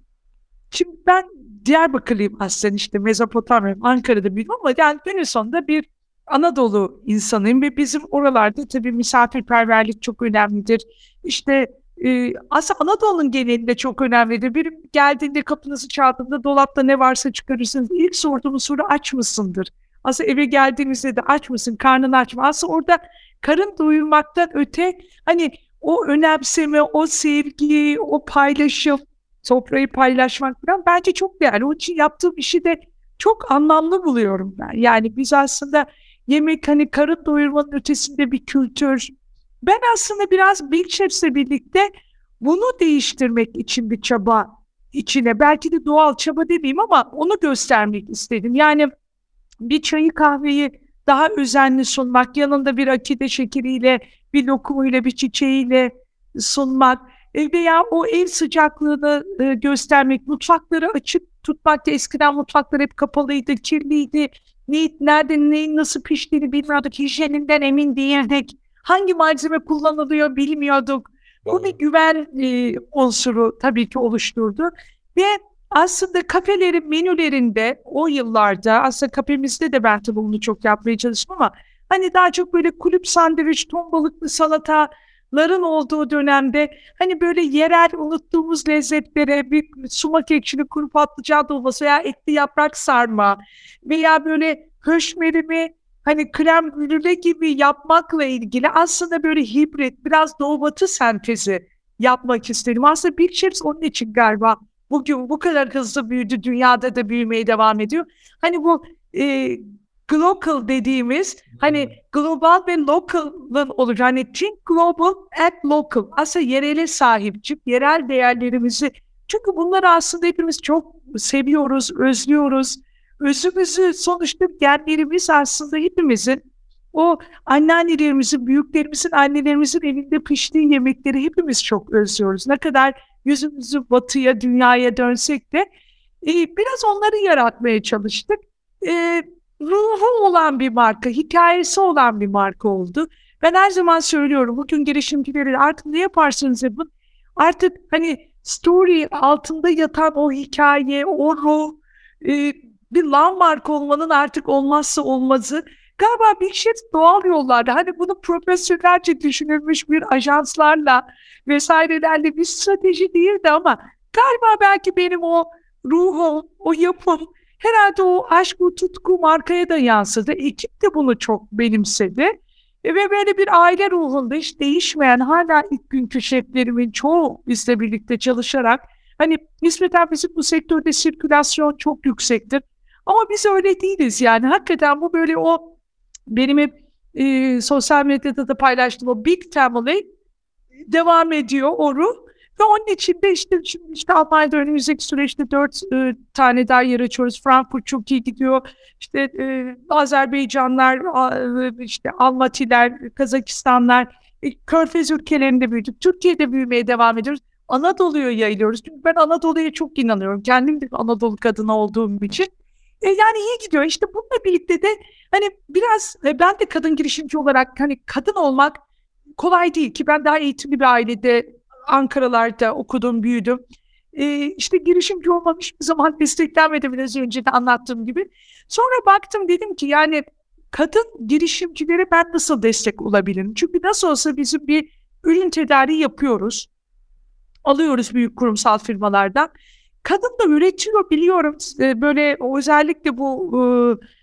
Speaker 2: şimdi ben Diyarbakırlıyım aslında, işte Mezopotamya, Ankara'da büyüdüm ama yani günün sonunda bir Anadolu insanıyım ve bizim oralarda tabii misafirperverlik çok önemlidir. İşte e, aslında Anadolu'nun genelinde çok önemlidir. Biri geldiğinde kapınızı çaldığında dolapta ne varsa çıkarırsınız. İlk sorduğumuz soru aç mısındır? Aslında eve geldiğimizde de aç mısın, karnın aç mı? Aslında orada karın doyurmaktan öte hani o önemseme, o sevgi, o paylaşım, sofrayı paylaşmak falan bence çok değerli. Onun için yaptığım işi de çok anlamlı buluyorum ben. Yani biz aslında yemek hani karın doyurmanın ötesinde bir kültür. Ben aslında biraz Big Chefs'le birlikte bunu değiştirmek için bir çaba içine, belki de doğal çaba demeyeyim ama onu göstermek istedim. Yani bir çayı kahveyi daha özenli sunmak, yanında bir akide şekeriyle, bir lokumuyla, bir çiçeğiyle sunmak veya o ev sıcaklığını e, göstermek, mutfakları açık tutmak. Eskiden mutfaklar hep kapalıydı, kirliydi. Ne, nerede neyin nasıl piştiğini bilmiyorduk, hijyeninden emin değildik. Hangi malzeme kullanılıyor bilmiyorduk. Bu bir güven e, unsuru tabii ki oluşturdu. Ve aslında kafelerin menülerinde o yıllarda, aslında kafemizde de ben tabii bunu çok yapmaya çalıştım ama hani daha çok böyle kulüp sandviç, ton balıklı salataların olduğu dönemde hani böyle yerel unuttuğumuz lezzetlere bir sumak ekşili kuru patlıcan dolması veya etli yaprak sarma veya böyle höşmerimi hani krem brûlée gibi yapmakla ilgili aslında böyle hibrit, biraz doğu batı sentezi yapmak istedim. Aslında Big Chefs onun için galiba bugün bu kadar hızlı büyüdü, dünyada da büyümeye devam ediyor. Hani bu e, global dediğimiz, hani global ve local'ın olur. Hani think global and local. Aslında yerele sahip çık, yerel değerlerimizi. Çünkü bunları aslında hepimiz çok seviyoruz, özlüyoruz. Özümüzü, sonuçta genlerimiz aslında hepimizin, o anneannelerimizin, büyüklerimizin, annelerimizin evinde piştiği yemekleri hepimiz çok özlüyoruz. Ne kadar yüzümüzü batıya, dünyaya dönsek de e, biraz onları yaratmaya çalıştık. E, ruhu olan bir marka, hikayesi olan bir marka oldu. Ben her zaman söylüyorum, bugün girişimcileri artık ne yaparsanız yapın, artık hani story altında yatan o hikaye, o ruh, e, bir landmark olmanın artık olmazsa olmazı. Galiba Big Chefs doğal yollarda, hani bunu profesyonelce düşünülmüş bir ajanslarla vesairelerle bir strateji değildi ama galiba belki benim o ruhum, o yapım herhalde o aşk, bu tutku markaya da yansıdı. Ekip de bunu çok benimsedi. E, ve böyle bir aile ruhunda hiç değişmeyen, hala ilk günkü şeflerimin çoğu bizle birlikte çalışarak, hani nispeten bizim bu sektörde sirkülasyon çok yüksektir. Ama biz öyle değiliz yani. Hakikaten bu böyle o benim hep e, sosyal medyada da paylaştığım o big family devam ediyor o ruh. Ve onun içinde işte şimdi işte Almanya'da önümüzdeki süreçte dört e, tane daha yer açıyoruz. Frankfurt çok iyi gidiyor. İşte e, Azerbaycanlar, a, işte Almatiler, Kazakistanlar, e, Körfez ülkelerinde büyüdük. Türkiye'de büyümeye devam ediyoruz. Anadolu'ya yayılıyoruz. Çünkü ben Anadolu'ya çok inanıyorum. Kendim de Anadolu kadını olduğum için. E, yani iyi gidiyor. İşte bununla birlikte de hani biraz e, ben de kadın girişimci olarak hani kadın olmak kolay değil ki, ben daha eğitimli bir ailede Ankara'larda okudum, büyüdüm. Ee, işte girişimci olmam hiçbir zaman desteklenmedi, biraz önce de anlattığım gibi. Sonra baktım, dedim ki yani kadın girişimcilere ben nasıl destek olabilirim? Çünkü nasıl olsa bizim bir ürün tedariği yapıyoruz. Alıyoruz büyük kurumsal firmalardan. Kadın da üretiyor, biliyorum. Ee, böyle özellikle bu e,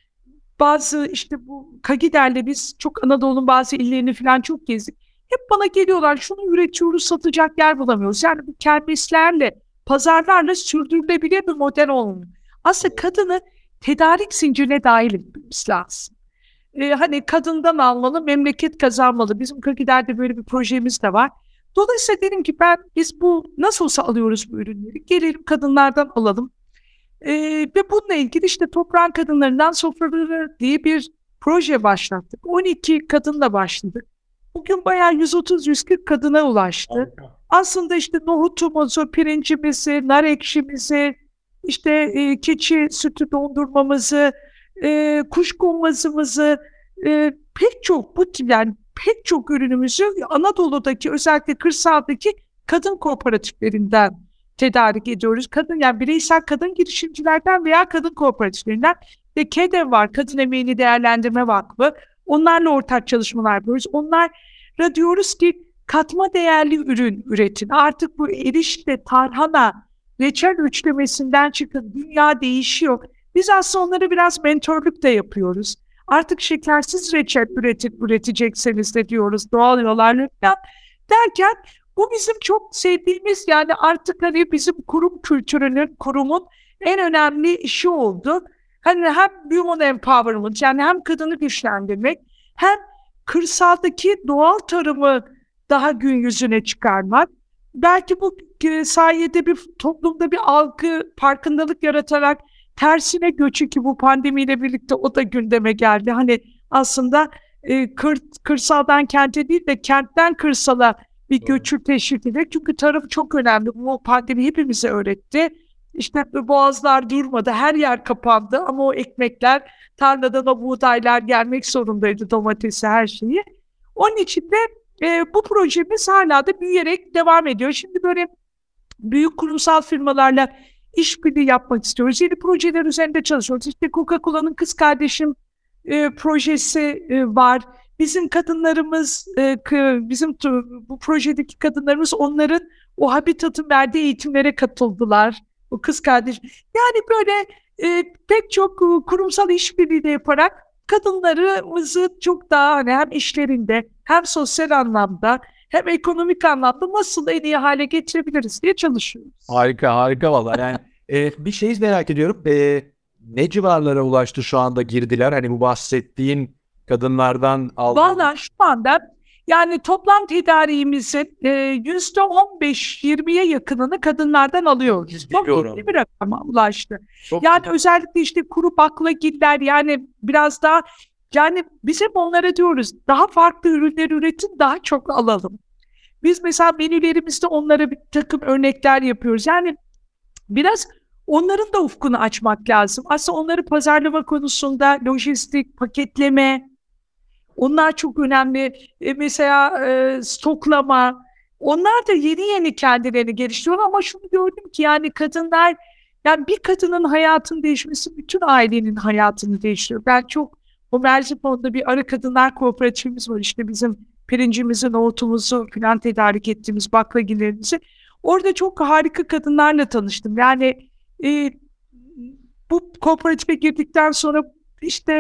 Speaker 2: bazı işte bu Kagider'le biz çok Anadolu'nun bazı illerini falan çok gezdik. Hep bana geliyorlar, şunu üretiyoruz, satacak yer bulamıyoruz. Yani bu kermeslerle, pazarlarla sürdürülebilir bir model olmuyor. Aslında kadını tedarik zincirine dahil etmemiz lazım. Ee, hani kadından almalı, memleket kazanmalı. Bizim Kagider'de böyle bir projemiz de var. Dolayısıyla dedim ki ben biz bu nasıl olsa alıyoruz bu ürünleri. Gelelim kadınlardan alalım. Ee, ve bununla ilgili işte Toprağın Kadınlarından Sofraları diye bir proje başlattık. on iki kadınla başladık. Bugün bayağı yüz otuz yüz kırk kadına ulaştı.
Speaker 1: Harika.
Speaker 2: Aslında işte nohutumuzu, pirincimizi, nar ekşimizi, işte e, keçi sütü dondurmamızı, e, kuşkonmazımızı, e, pek çok bu tip yani pek çok ürünümüzü Anadolu'daki, özellikle kırsaldaki kadın kooperatiflerinden tedarik ediyoruz. Kadın, yani bireysel kadın girişimcilerden veya kadın kooperatiflerinden. Ve KEDEV var, Kadın Emeğini Değerlendirme Vakfı. Onlarla ortak çalışmalar yapıyoruz. Onlara diyoruz ki katma değerli ürün üretin. Artık bu erişte, tarhana, reçel üçlemesinden çıkın. Dünya değişiyor. Biz aslında onlara biraz mentorluk da yapıyoruz. Artık şekersiz reçel üretip üretecekseniz de diyoruz, doğal yollarla falan derken, bu bizim çok sevdiğimiz, yani artık hani bizim kurum kültürünün, kurumun en önemli işi oldu. Hani hem human empowerment, yani hem kadını güçlendirmek, hem kırsaldaki doğal tarımı daha gün yüzüne çıkarmak. Belki bu e, sayede bir toplumda bir algı, farkındalık yaratarak tersine göçü, ki bu pandemiyle birlikte o da gündeme geldi. Hani aslında e, kır, kırsaldan kente değil de kentten kırsala bir göçü teşvik eder. Çünkü tarım çok önemli. Bu pandemi hepimize öğretti. İşte boğazlar durmadı, her yer kapandı ama o ekmekler, tarladan o buğdaylar gelmek zorundaydı, domatesi, her şeyi. Onun için de e, bu projemiz hala da büyüyerek devam ediyor. Şimdi böyle büyük kurumsal firmalarla işbirliği yapmak istiyoruz. Yeni projeler üzerinde çalışıyoruz. İşte Coca-Cola'nın Kız Kardeşim e, projesi e, var. Bizim kadınlarımız, e, bizim bu projedeki kadınlarımız onların o Habitat'ın verdiği eğitimlere katıldılar. O kız kardeş. Yani böyle e, pek çok e, kurumsal işbirliği de yaparak kadınlarımızı çok daha hani hem işlerinde, hem sosyal anlamda, hem ekonomik anlamda nasıl en iyi hale getirebiliriz diye çalışıyoruz.
Speaker 1: Harika, harika valla. Yani e, bir şey merak ediyorum. E, ne civarlara ulaştı şu anda girdiler? Hani bu bahsettiğin kadınlardan aldığın...
Speaker 2: Valla şu anda yani toplam tedariğimizin e, yüzde on beş yirmiye yakınını kadınlardan alıyoruz. Çok
Speaker 1: Biliyorum.
Speaker 2: ciddi bir rakama ulaştı.
Speaker 1: Çok
Speaker 2: Yani özellikle işte kuru baklagiller, yani biraz daha, yani biz hep onlara diyoruz daha farklı ürünler üretin, daha çok alalım. Biz mesela menülerimizde onlara bir takım örnekler yapıyoruz. Yani biraz onların da ufkunu açmak lazım. Aslında onları pazarlama konusunda, lojistik, paketleme, onlar çok önemli. E, mesela e, stoklama, onlar da yeni yeni kendilerini geliştiriyor ama şunu gördüm ki yani kadınlar, yani bir kadının hayatının değişmesi bütün ailenin hayatını değiştiriyor. Ben çok, o Merzifon'da bir Arı Kadınlar Kooperatifimiz var, işte bizim pirincimizi, nohutumuzu falan tedarik ettiğimiz baklagillerimizi. Orada çok harika kadınlarla tanıştım. Yani e, bu kooperatife girdikten sonra işte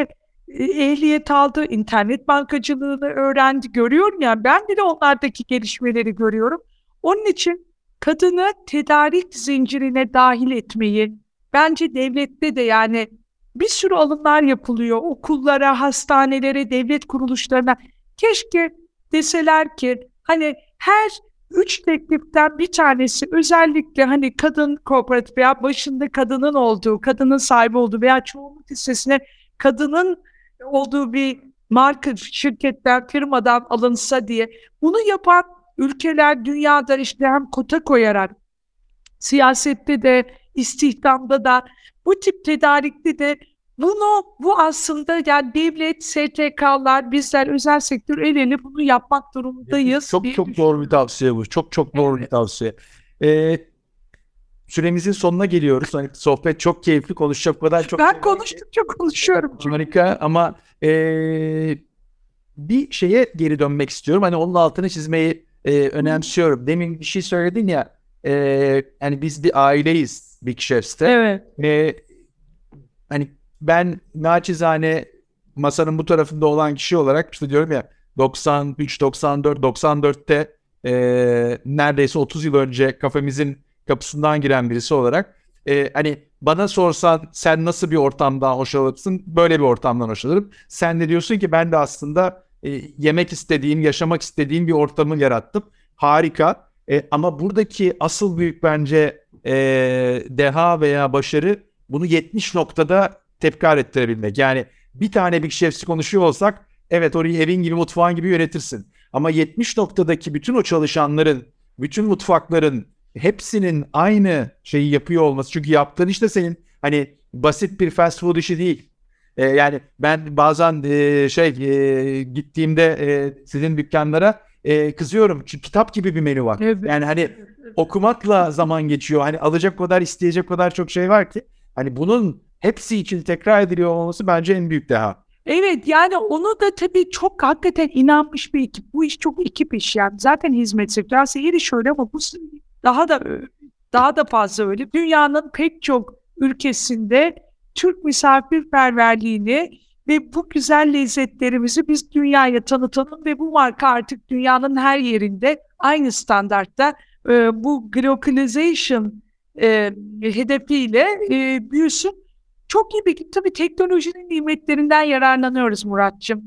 Speaker 2: e, ehliyet aldı, internet bankacılığını öğrendi, görüyorum ya, ben de onlardaki gelişmeleri görüyorum. Onun için kadını tedarik zincirine dahil etmeyi, bence devlette de yani bir sürü alımlar yapılıyor. Okullara, hastanelere, devlet kuruluşlarına. Keşke deseler ki hani her üç tekliften bir tanesi özellikle hani kadın kooperatif veya başında kadının olduğu, kadının sahibi olduğu veya çoğunluk hissesine kadının olduğu bir marka şirketten, firmadan alınsa diye. Bunu yapan ülkeler dünyada işte hem kota koyarak, siyasette de, istihdamda da, bu tip tedarikte de bunu, bu aslında yani devlet, S T K'lar, bizler özel sektör el ele bunu yapmak durumundayız.
Speaker 1: Çok çok doğru bir tavsiye bu. Çok çok doğru evet. bir tavsiye. Ee, süremizin sonuna geliyoruz. Hani sohbet çok keyifli, konuşacak kadar çok.
Speaker 2: Ben konuştukça konuşuyorum.
Speaker 1: Harika ama ee, bir şeye geri dönmek istiyorum. Hani onun altını çizmeyi e, önemsiyorum. Demin bir şey söyledin ya. E, yani biz bir aileyiz Big Chefs'te.
Speaker 2: Evet.
Speaker 1: E, hani ben naçizane masanın bu tarafında olan kişi olarak işte diyorum ya doksan üç, doksan dört, doksan dörtte e, neredeyse otuz yıl önce kafemizin kapısından giren birisi olarak e, hani bana sorsan sen nasıl bir ortamdan hoşlanırsın? Böyle bir ortamdan hoşlanırım. Sen de diyorsun ki ben de aslında e, yemek istediğim, yaşamak istediğim bir ortamı yarattım. Harika. E, ama buradaki asıl büyük bence e, deha veya başarı bunu yetmiş noktada tekrar ettirebilmek. Yani bir tane Big Chefs'i konuşuyor olsak evet orayı evin gibi, mutfağın gibi yönetirsin. Ama yetmiş noktadaki bütün o çalışanların, bütün mutfakların hepsinin aynı şeyi yapıyor olması. Çünkü yaptığın işte senin hani basit bir fast food işi değil. Ee, yani ben bazen e, şey e, gittiğimde e, sizin dükkanlara e, kızıyorum. Çünkü kitap gibi bir menü var. Evet. Yani hani okumakla zaman geçiyor. Hani alacak kadar, isteyecek kadar çok şey var ki. Hani bunun hepsi için tekrar ediliyor olması bence en büyük deha.
Speaker 2: Evet, yani onu da tabii çok hakikaten inanmış bir ekip. Bu iş çok ekip iş yani. Zaten hizmet sektörü. Seyir iş öyle ama bu daha da daha da fazla öyle. Dünyanın pek çok ülkesinde Türk misafirperverliğini ve bu güzel lezzetlerimizi biz dünyaya tanıtalım ve bu marka artık dünyanın her yerinde aynı standartta e, bu globalization e, hedefiyle e, büyüsün. Çok iyi bir, tabii teknolojinin nimetlerinden yararlanıyoruz Muratcığım.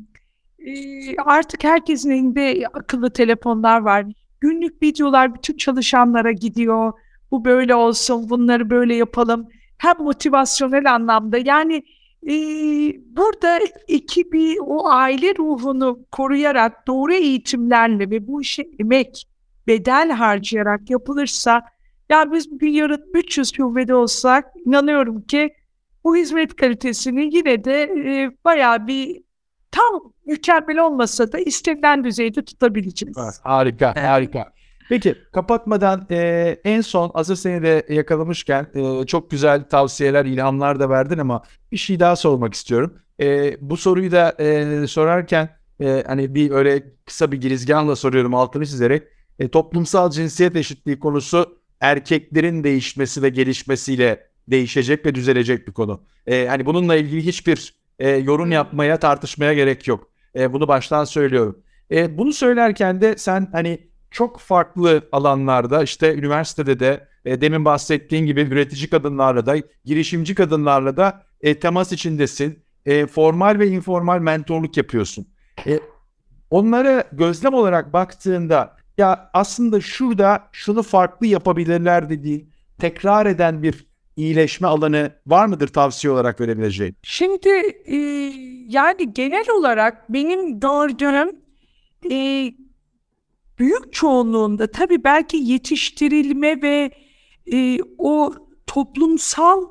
Speaker 2: Ee, artık herkesin elinde akıllı telefonlar var. Günlük videolar bütün çalışanlara gidiyor. Bu böyle olsun, bunları böyle yapalım. Hem motivasyonel anlamda yani e, burada ekibi, o aile ruhunu koruyarak doğru eğitimlerle ve bu işe emek, bedel harcayarak yapılırsa ya biz bugün yarın üç yüz şubede olsak inanıyorum ki bu hizmet kalitesini yine de e, bayağı bir tam mükemmel olmasa da istenilen düzeyde tutabileceğiz.
Speaker 1: Evet, harika, evet. harika. Peki kapatmadan e, en son hazır seni de yakalamışken e, çok güzel tavsiyeler, ilhamlar da verdin ama bir şey daha sormak istiyorum. E, bu soruyu da e, sorarken e, hani bir öyle kısa bir girizgahla soruyorum altını çizerek. E, toplumsal cinsiyet eşitliği konusu erkeklerin değişmesi ve gelişmesiyle değişecek ve düzelecek bir konu. Ee, hani bununla ilgili hiçbir e, yorum yapmaya, tartışmaya gerek yok. E, bunu baştan söylüyorum. E, bunu söylerken de sen hani çok farklı alanlarda işte üniversitede de e, demin bahsettiğin gibi üretici kadınlarla da, girişimci kadınlarla da e, temas içindesin. E, formal ve informal mentorluk yapıyorsun. E, onlara gözlem olarak baktığında ya aslında şurada şunu farklı yapabilirler dediğin, tekrar eden bir iyileşme alanı var mıdır tavsiye olarak verebileceğin?
Speaker 2: Şimdi e, yani genel olarak benim gördüğüm e, büyük çoğunluğunda tabii belki yetiştirilme ve e, o toplumsal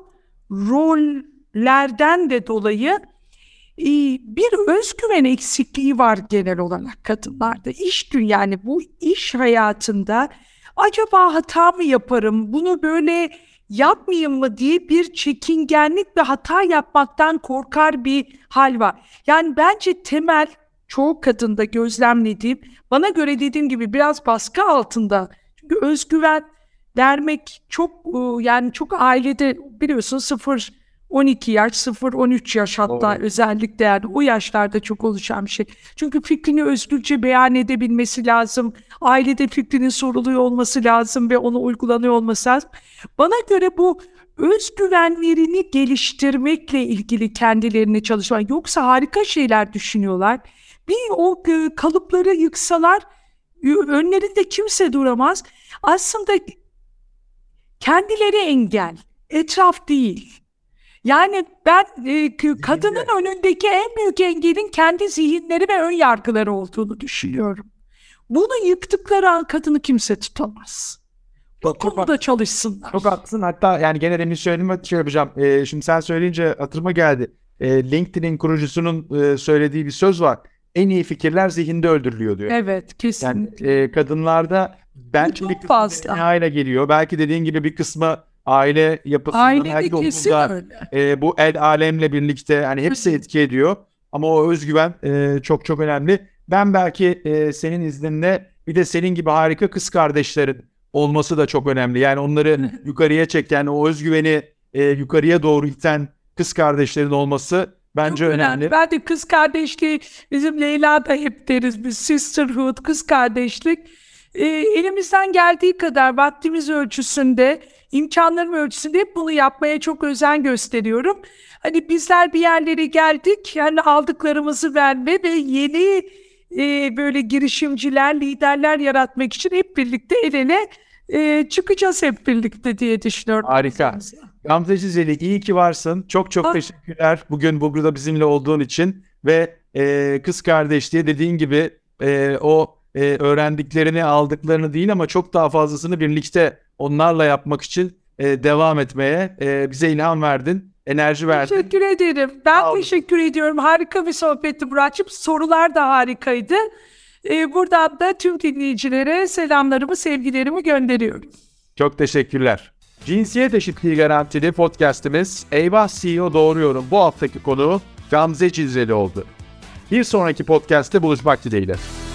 Speaker 2: rollerden de dolayı e, bir özgüven eksikliği var genel olarak kadınlarda. İş dünyası yani bu iş hayatında acaba hata mı yaparım, bunu böyle yapmayayım mı diye bir çekingenlik ve hata yapmaktan korkar bir hal var. Yani bence temel çoğu kadında gözlemlediğim, bana göre dediğim gibi biraz baskı altında. Çünkü özgüven vermek çok yani çok ailede biliyorsun sıfır on iki yaş, sıfır on üç yaş hatta
Speaker 1: Doğru.
Speaker 2: özellikle yani o yaşlarda çok oluşan bir şey. Çünkü fikrini özgürce beyan edebilmesi lazım. Ailede fikrinin soruluyor olması lazım ve onu uygulanıyor olması lazım. Bana göre bu özgüvenlerini geliştirmekle ilgili kendilerine çalışmak. Yoksa harika şeyler düşünüyorlar. Bir o e, kalıpları yıksalar önlerinde kimse duramaz. Aslında kendileri engel, etraf değil. Yani ben e, kadının önündeki en büyük engelin kendi zihinleri ve ön yargıları olduğunu düşünüyorum. Bunu yıktıkları an kadını kimse tutamaz. Bu konuda çalışsınlar.
Speaker 1: Çok haklısın. Hatta yani gene demin söylediğimi şey yapacağım. Ee, şimdi sen söyleyince hatırıma geldi. Ee, LinkedIn'in kurucusunun e, söylediği bir söz var. En iyi fikirler zihinde öldürülüyor diyor.
Speaker 2: Evet, kesinlikle.
Speaker 1: Yani e, kadınlarda belki
Speaker 2: çok
Speaker 1: bir kısmı
Speaker 2: fazla.
Speaker 1: D N A ile geliyor. Belki dediğin gibi bir kısmı aile yapısından,
Speaker 2: Ailede
Speaker 1: belki
Speaker 2: kesin
Speaker 1: okulda,
Speaker 2: öyle.
Speaker 1: e, bu el alemle birlikte hani hepsi etki ediyor. Ama o özgüven e, çok çok önemli. Ben belki e, senin izninle bir de senin gibi harika kız kardeşlerin olması da çok önemli. Yani onları yukarıya çeken, o özgüveni e, yukarıya doğru iten kız kardeşlerin olması bence
Speaker 2: Çok
Speaker 1: önemli.
Speaker 2: Ben de kız kardeşliği, bizim Leyla da hep deriz biz, sisterhood, kız kardeşlik. Ee, elimizden geldiği kadar vaktimiz ölçüsünde, imkanlarım ölçüsünde hep bunu yapmaya çok özen gösteriyorum. Hani bizler bir yerlere geldik, yani aldıklarımızı verme ve yeni e, böyle girişimciler, liderler yaratmak için hep birlikte el ele e, çıkacağız hep birlikte diye düşünüyorum.
Speaker 1: Harika. Gamze Cizeli, iyi ki varsın. Çok çok
Speaker 2: Ah.
Speaker 1: teşekkürler bugün burada bizimle olduğun için ve e, kız kardeşliğe dediğin gibi e, o e, öğrendiklerini, aldıklarını değil ama çok daha fazlasını birlikte onlarla yapmak için e, devam etmeye e, bize ilham verdin, enerji verdin.
Speaker 2: Teşekkür ederim. Ben teşekkür ediyorum. Harika bir sohbetti Muratçığım. Sorular da harikaydı. Ee, buradan da tüm dinleyicilere selamlarımı, sevgilerimi gönderiyorum.
Speaker 1: Çok teşekkürler. Cinsiyet Eşitliği Garantili podcast'imiz Eyvah C E O Doğruyorum bu haftaki konu Gamze Cizeli oldu. Bir sonraki podcast'te buluşmak dileğiyle.